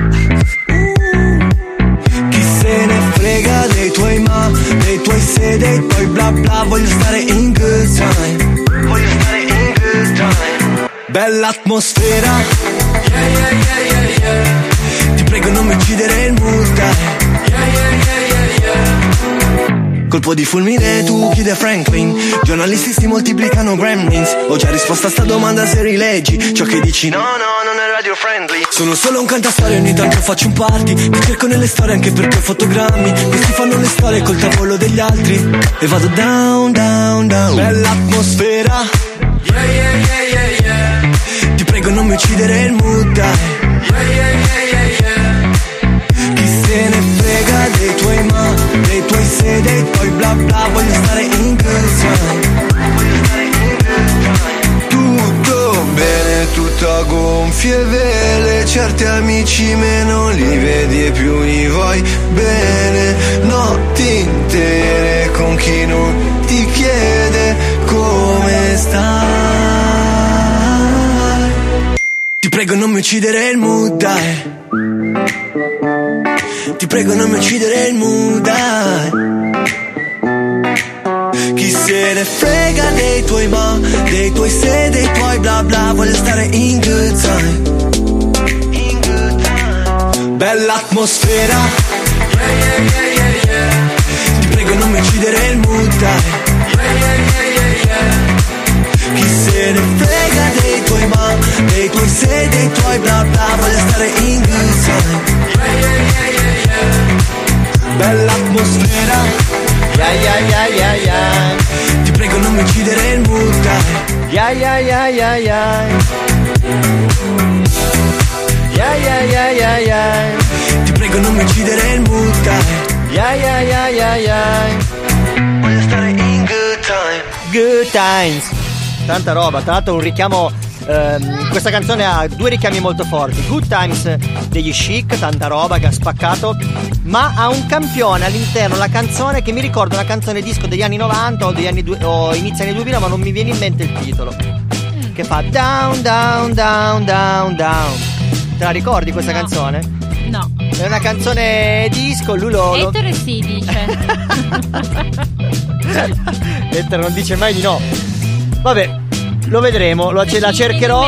Chi se ne frega dei tuoi ma, dei tuoi se, dei tuoi bla bla. Voglio stare in good time. Voglio stare in good time. Bella atmosfera. Yeah, yeah, yeah, yeah, yeah. Ti prego non mi uccidere il mood, dai. Yeah, yeah, yeah, yeah, yeah. Colpo di fulmine, tu chiede Franklin. Giornalisti si moltiplicano gremlins. Ho già risposto a sta domanda se rileggi ciò che dici. No, non è radio friendly. Sono solo un cantastorie, ogni tanto faccio un party. Ti cerco nelle storie anche perché ho fotogrammi. Questi fanno le storie col tavolo degli altri. E vado down, down, down. Bella atmosfera. Yeah, yeah, yeah, yeah, yeah. Ti prego non mi uccidere il mood, dai. Yeah, yeah, yeah, yeah, yeah. Chi se ne frega dei tuoi ma, dei tuoi se, dei tuoi bla bla. Voglio stare in good time. Voglio stare in good time. Tutto bene, tutto a gonfie vele. Certi amici meno li vedi e più li vuoi bene. Notti intere con chi non ti chiede come stai. Ti prego non mi uccidere il mood, dai. Ti prego non mi uccidere il mood, dai. Chi se ne frega dei tuoi ma, dei tuoi se, dei tuoi bla bla. Voglio stare in good time. In good time. Bella atmosfera. Yeah, yeah, yeah, yeah, yeah. Ti prego non mi uccidere il mood, dai. Yeah, yeah, yeah, yeah, yeah. Chi se ne frega dei tuoi ma, dei tuoi se, dei tuoi bla bla. Voglio stare in good time. Yeah, yeah, yeah, yeah, yeah. Bella atmosfera. Yeah, yeah, yeah, yeah, yeah. Ti prego non mi uccidere il mood, dai. Yeah, yeah, yeah, yeah, yeah. Yeah, yeah, yeah, yeah, yeah. Ti prego non mi uccidere il mood, dai. Yeah, yeah, yeah, yeah, yeah. Voglio stare in good time. Good times. Tanta roba, tra l'altro un richiamo. Questa canzone ha due richiami molto forti. Good Times degli Chic, tanta roba che ha spaccato, ma ha un campione all'interno, la canzone che mi ricorda una canzone disco degli anni 90 o degli anni o inizio anni 2000, ma non mi viene in mente il titolo, che fa down down down down down. Te la ricordi questa canzone? No. È una canzone disco, Lulo. Ettore si dice. Ettore non dice mai di no. Vabbè, lo vedremo, la cercherò.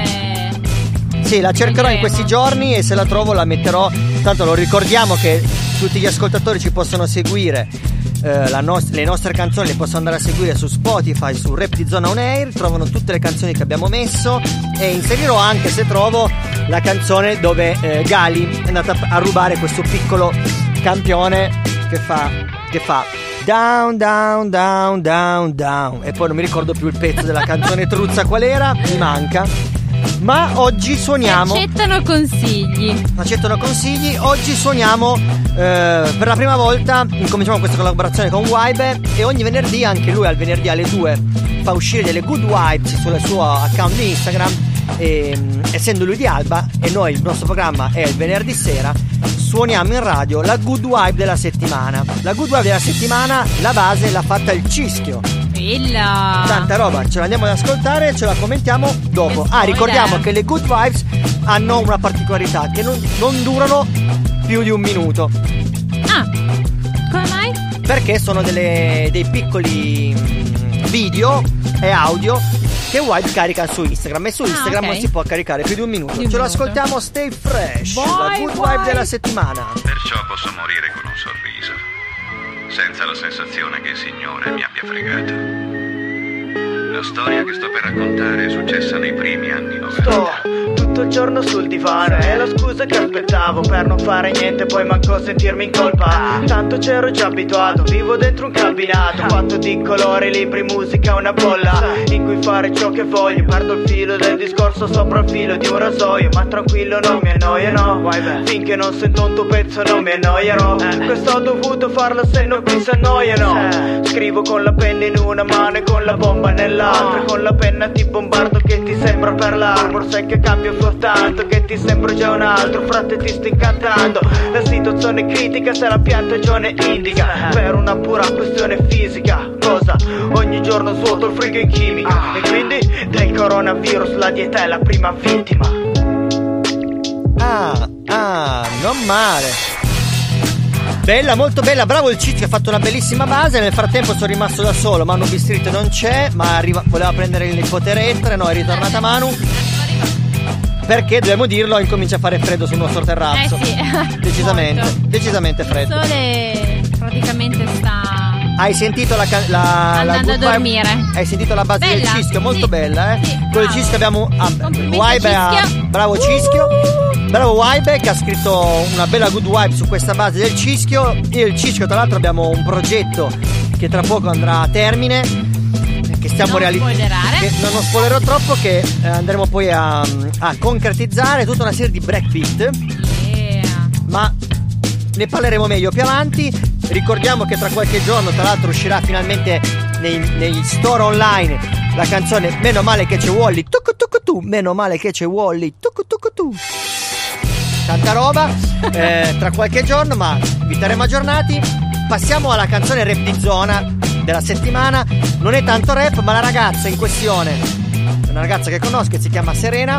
Sì, la cercherò in questi giorni e se la trovo la metterò. Tanto lo ricordiamo che tutti gli ascoltatori ci possono seguire. Le nostre canzoni le possono andare a seguire su Spotify, su Rap di Zona On Air, trovano tutte le canzoni che abbiamo messo e inserirò anche, se trovo, la canzone dove Gali è andata a rubare questo piccolo campione che fa down down down down down e poi non mi ricordo più il pezzo della canzone truzza qual era, mi manca. Ma oggi suoniamo. Accettano consigli. Oggi suoniamo per la prima volta. Incominciamo questa collaborazione con Vibe. E ogni venerdì, anche lui al venerdì alle 2 fa uscire delle good vibes sul suo account di Instagram. E, essendo lui di Alba e noi il nostro programma è il venerdì sera, suoniamo in radio la good vibe della settimana. La good vibe della settimana, la base l'ha fatta il Cischio. Bella. Tanta roba, ce la andiamo ad ascoltare e ce la commentiamo dopo. Ricordiamo che le good vibes hanno una particolarità, che non durano più di un minuto. Come mai? Perché sono dei piccoli video e audio che Wild carica su Instagram. E su Instagram non si può caricare più di un minuto. Ce lo ascoltiamo. Stay Fresh, la good vibe della settimana. Perciò posso morire con un sorriso, senza la sensazione che il Signore mi abbia fregato. La storia che sto per raccontare è successa nei primi anni 90. Sto tutto il giorno sul divano, è la scusa che aspettavo per non fare niente, poi manco sentirmi in colpa. Tanto c'ero già abituato, vivo dentro un cabinato fatto di colori, libri, musica, una bolla in cui fare ciò che voglio. Perdo il filo del discorso sopra il filo di un rasoio, ma tranquillo non mi annoia, no. Finché non sento un tuo pezzo non mi annoierò. Questo ho dovuto farlo, se no qui si annoiano. Scrivo con la penna in una mano e con la bomba nell'altra, con la penna ti bombardo che ti sembra per l'arbor. Sai che cambio soltanto, che ti sembro già un altro, frate ti sto incantando. La situazione critica se la piantagione indica, per una pura questione fisica. Cosa? Ogni giorno svuoto il frigo in chimica, e quindi del coronavirus la dieta è la prima vittima. Non male. Bella, molto bella, bravo il Cischio, ha fatto una bellissima base. Nel frattempo sono rimasto da solo, Manu Bistrit non c'è, ma voleva prendere il potere, no, è ritornata Manu. Perché, dobbiamo dirlo, incomincia a fare freddo sul nostro terrazzo. Sì. Decisamente freddo. Il sole praticamente sta... Hai sentito andando a dormire. Hai sentito la base bella, del Cischio, molto bella, Sì, con il Cischio abbiamo bravo Cischio. Bravo Vibe che ha scritto una bella good vibe su questa base del Cischio. Io e il Cischio tra l'altro abbiamo un progetto che tra poco andrà a termine, che stiamo realizzando. Non spoilerò troppo, che andremo poi a concretizzare tutta una serie di breakbeat. Ma ne parleremo meglio più avanti. Ricordiamo che tra qualche giorno tra l'altro uscirà finalmente negli store online la canzone Meno male che c'è Wally, tu, meno male che c'è Wally, tu. Tanta roba tra qualche giorno, ma vi terremo aggiornati. Passiamo alla canzone rap di zona della settimana. Non è tanto rap, ma la ragazza in questione è una ragazza che conosco, si chiama Serena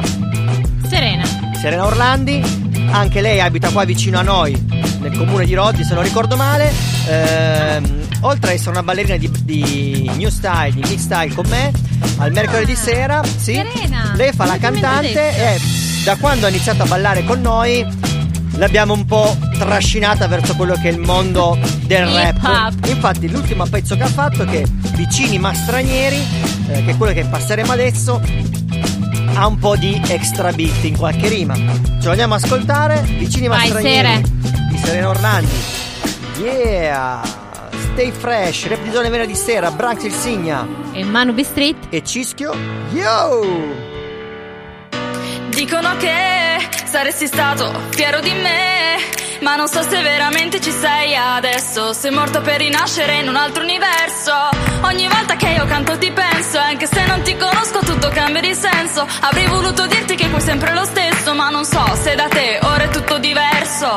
Orlandi. Anche lei abita qua vicino a noi, nel comune di Roddi, se non ricordo male. Oltre ad essere una ballerina di New Style, di Mix Style con me, al mercoledì sera, sì, Serena, lei fa la cantante e da quando ha iniziato a ballare con noi l'abbiamo un po' trascinata verso quello che è il mondo del rap. Infatti l'ultimo pezzo che ha fatto, che è Vicini ma stranieri, che è quello che passeremo adesso, ha un po' di extra beat in qualche rima. Ce lo andiamo a ascoltare. Vicini ma stranieri di Serena Orlandi. Yeah, Stay Fresh, rap di zona venerdì sera, Branx il Signa e Manu Bistrit e Cischio. Yo! Dicono che saresti stato fiero di me, ma non so se veramente ci sei adesso. Sei morto per rinascere in un altro universo. Ogni volta che io canto ti penso, anche se non ti conosco tutto cambia di senso. Avrei voluto dirti che puoi sempre lo stesso, ma non so se da te ora è tutto diverso.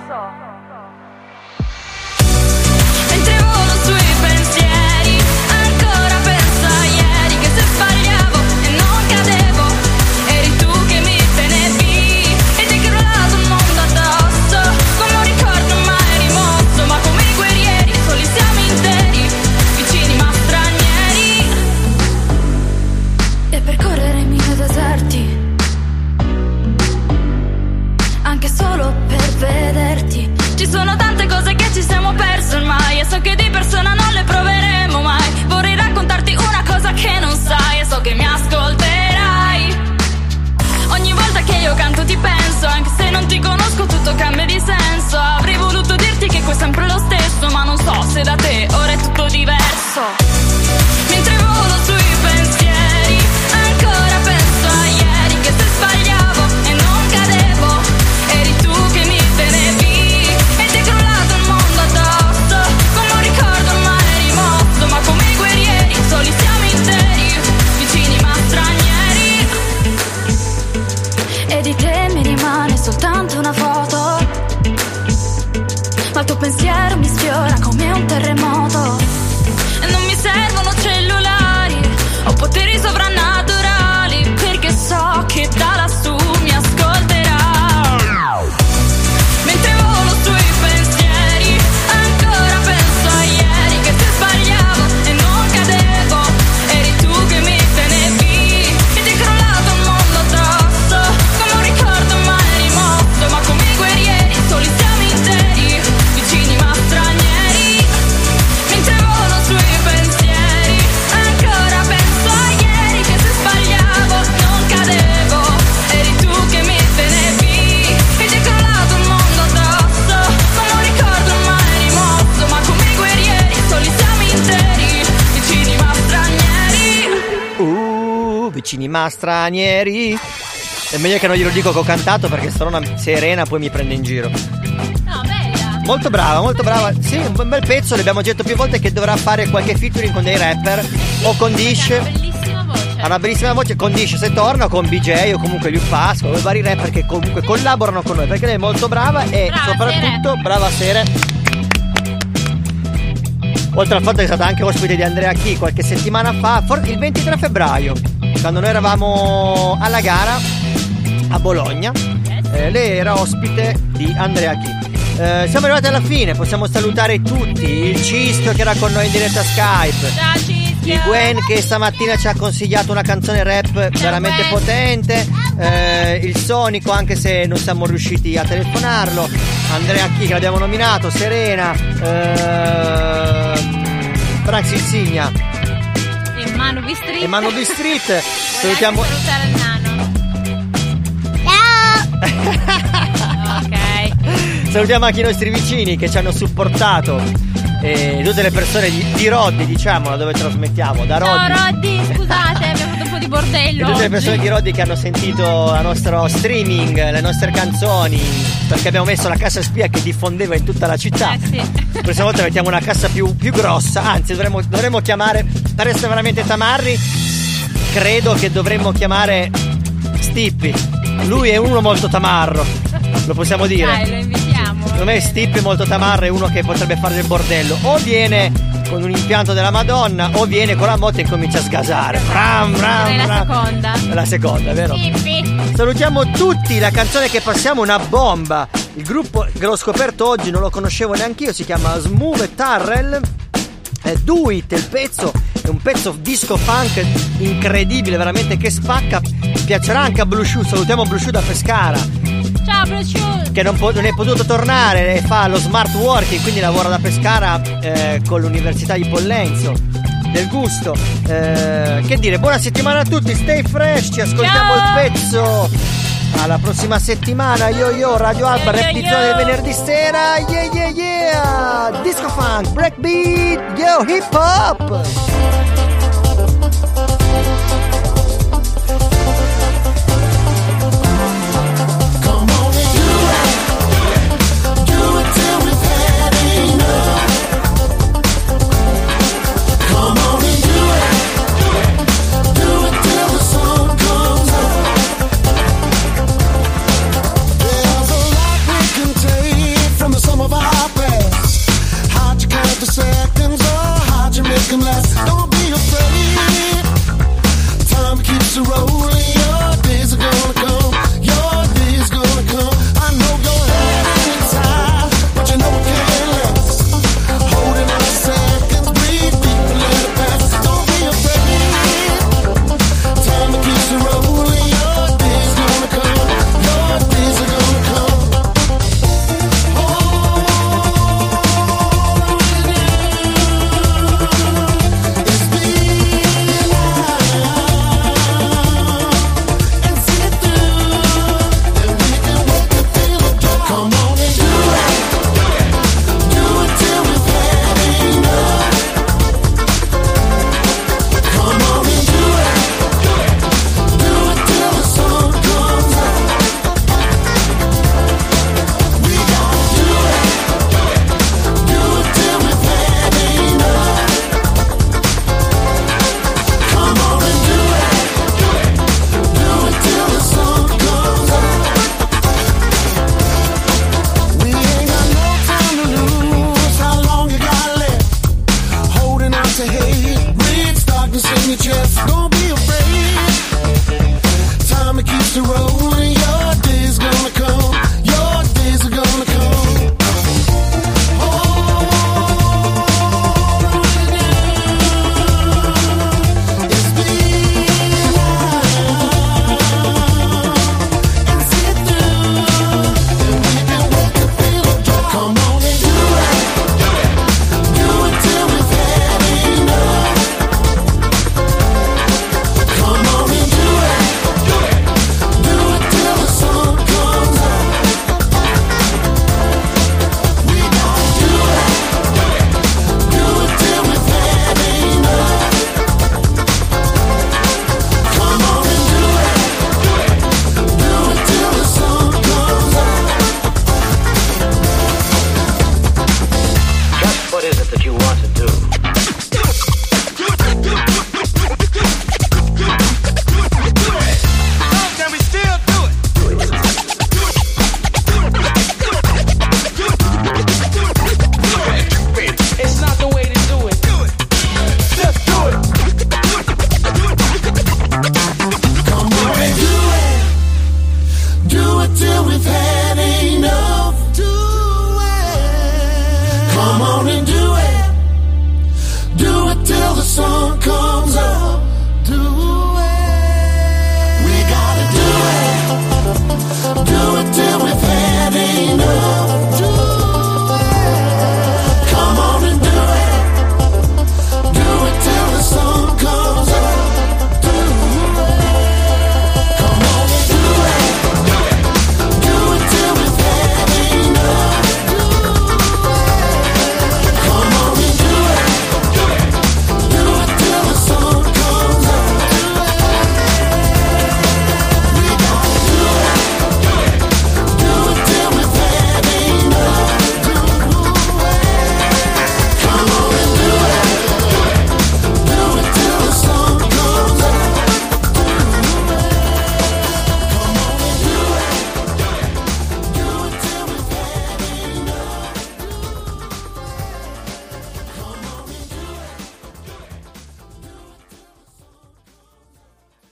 Mentre volo sui pensieri, ancora penso a ieri, che se sbagliavo e non cadevo eri tu che mi tenevi, e ti è crollato il mondo addosso. pensiero mi sfiora come un terremoto. E non mi servono cellulari o poteri sovrannaturali, perché so che da lassù mi ascolterà. Mentre volo sui pensieri, ancora penso a ieri, che se sbagliavo e non cadevo, eri tu che mi tenevi, e ti è crollato il mondo addosso, come un ricordo mai rimosso, ma come i guerrieri, soli siamo interi, vicini ma stranieri. Mentre volo sui pensieri, ancora penso a ieri, che se sbagliavo non cadevo, eri tu che mi tenevi, e ti è crollato il mondo addosso, come un ricordo mai rimosso, ma come i guerrieri, soli siamo interi, vicini ma stranieri. Vicini ma stranieri. È meglio che non glielo dico che ho cantato, perché se no Serena poi mi prende in giro. No, bella. Molto brava. Sì, un bel pezzo, l'abbiamo detto più volte che dovrà fare qualche featuring con dei rapper o con Dish. Ha una bellissima voce con Dish, se torna, con BJ o comunque Liu Pasco, o i vari rapper che comunque collaborano con noi, perché lei è molto brava e soprattutto brava Sere. Oltre al fatto che è stata anche ospite di Andrea Chi qualche settimana fa, il 23 febbraio, quando noi eravamo alla gara a Bologna, lei era ospite di Andrea Chi. Siamo arrivati alla fine, possiamo salutare tutti. Il Cischio che era con noi in diretta Skype. Ciao Cischio. Il Gwen che stamattina ci ha consigliato una canzone rap veramente potente. Il Sonico, anche se non siamo riusciti a telefonarlo. Andrea Chi che l'abbiamo nominato. Serena, Frank Insignia E Manu B Street. Salutiamo. Salutare il nano. Ok. Salutiamo anche i nostri vicini che ci hanno supportato, e tutte le persone di Roddi, diciamo, da dove trasmettiamo, da Roddi. Ciao Roddi, scusate, abbiamo fatto un po' di bordello. E tutte le oggi. persone di Roddi che hanno sentito il nostro streaming, le nostre canzoni, perché abbiamo messo la cassa spia che diffondeva in tutta la città. Sì. Questa volta mettiamo una cassa più grossa, anzi dovremmo chiamare, per essere veramente tamarri, credo che dovremmo chiamare Stippi. Lui è uno molto tamarro, lo possiamo dire. Dai, lo invitiamo. Secondo me Stippi è molto tamarro, è uno che potrebbe fare del bordello. O viene con un impianto della Madonna, o viene con la moto e comincia a sgasare. È la seconda. È la seconda, vero? Stippi. Salutiamo tutti, la canzone che passiamo è una bomba. Il gruppo che l'ho scoperto oggi, non lo conoscevo neanche io, si chiama Smooth Tarrell. Do It, il pezzo è un pezzo disco funk incredibile, veramente, che spacca. Piacerà anche a Blue Shoe. Salutiamo Blue Shoe da Pescara. Ciao Blue Shoe. Che non è potuto tornare, fa lo smart working, quindi lavora da Pescara con l'Università di Pollenzo. Del gusto. Che dire, buona settimana a tutti, stay fresh, ci ascoltiamo il pezzo. Alla prossima settimana, yo Radio Alba, rap di zona del venerdì sera, yeah, disco funk, breakbeat, yo hip hop. Seconds, or how'd you make them last? Don't be is it that you want to do?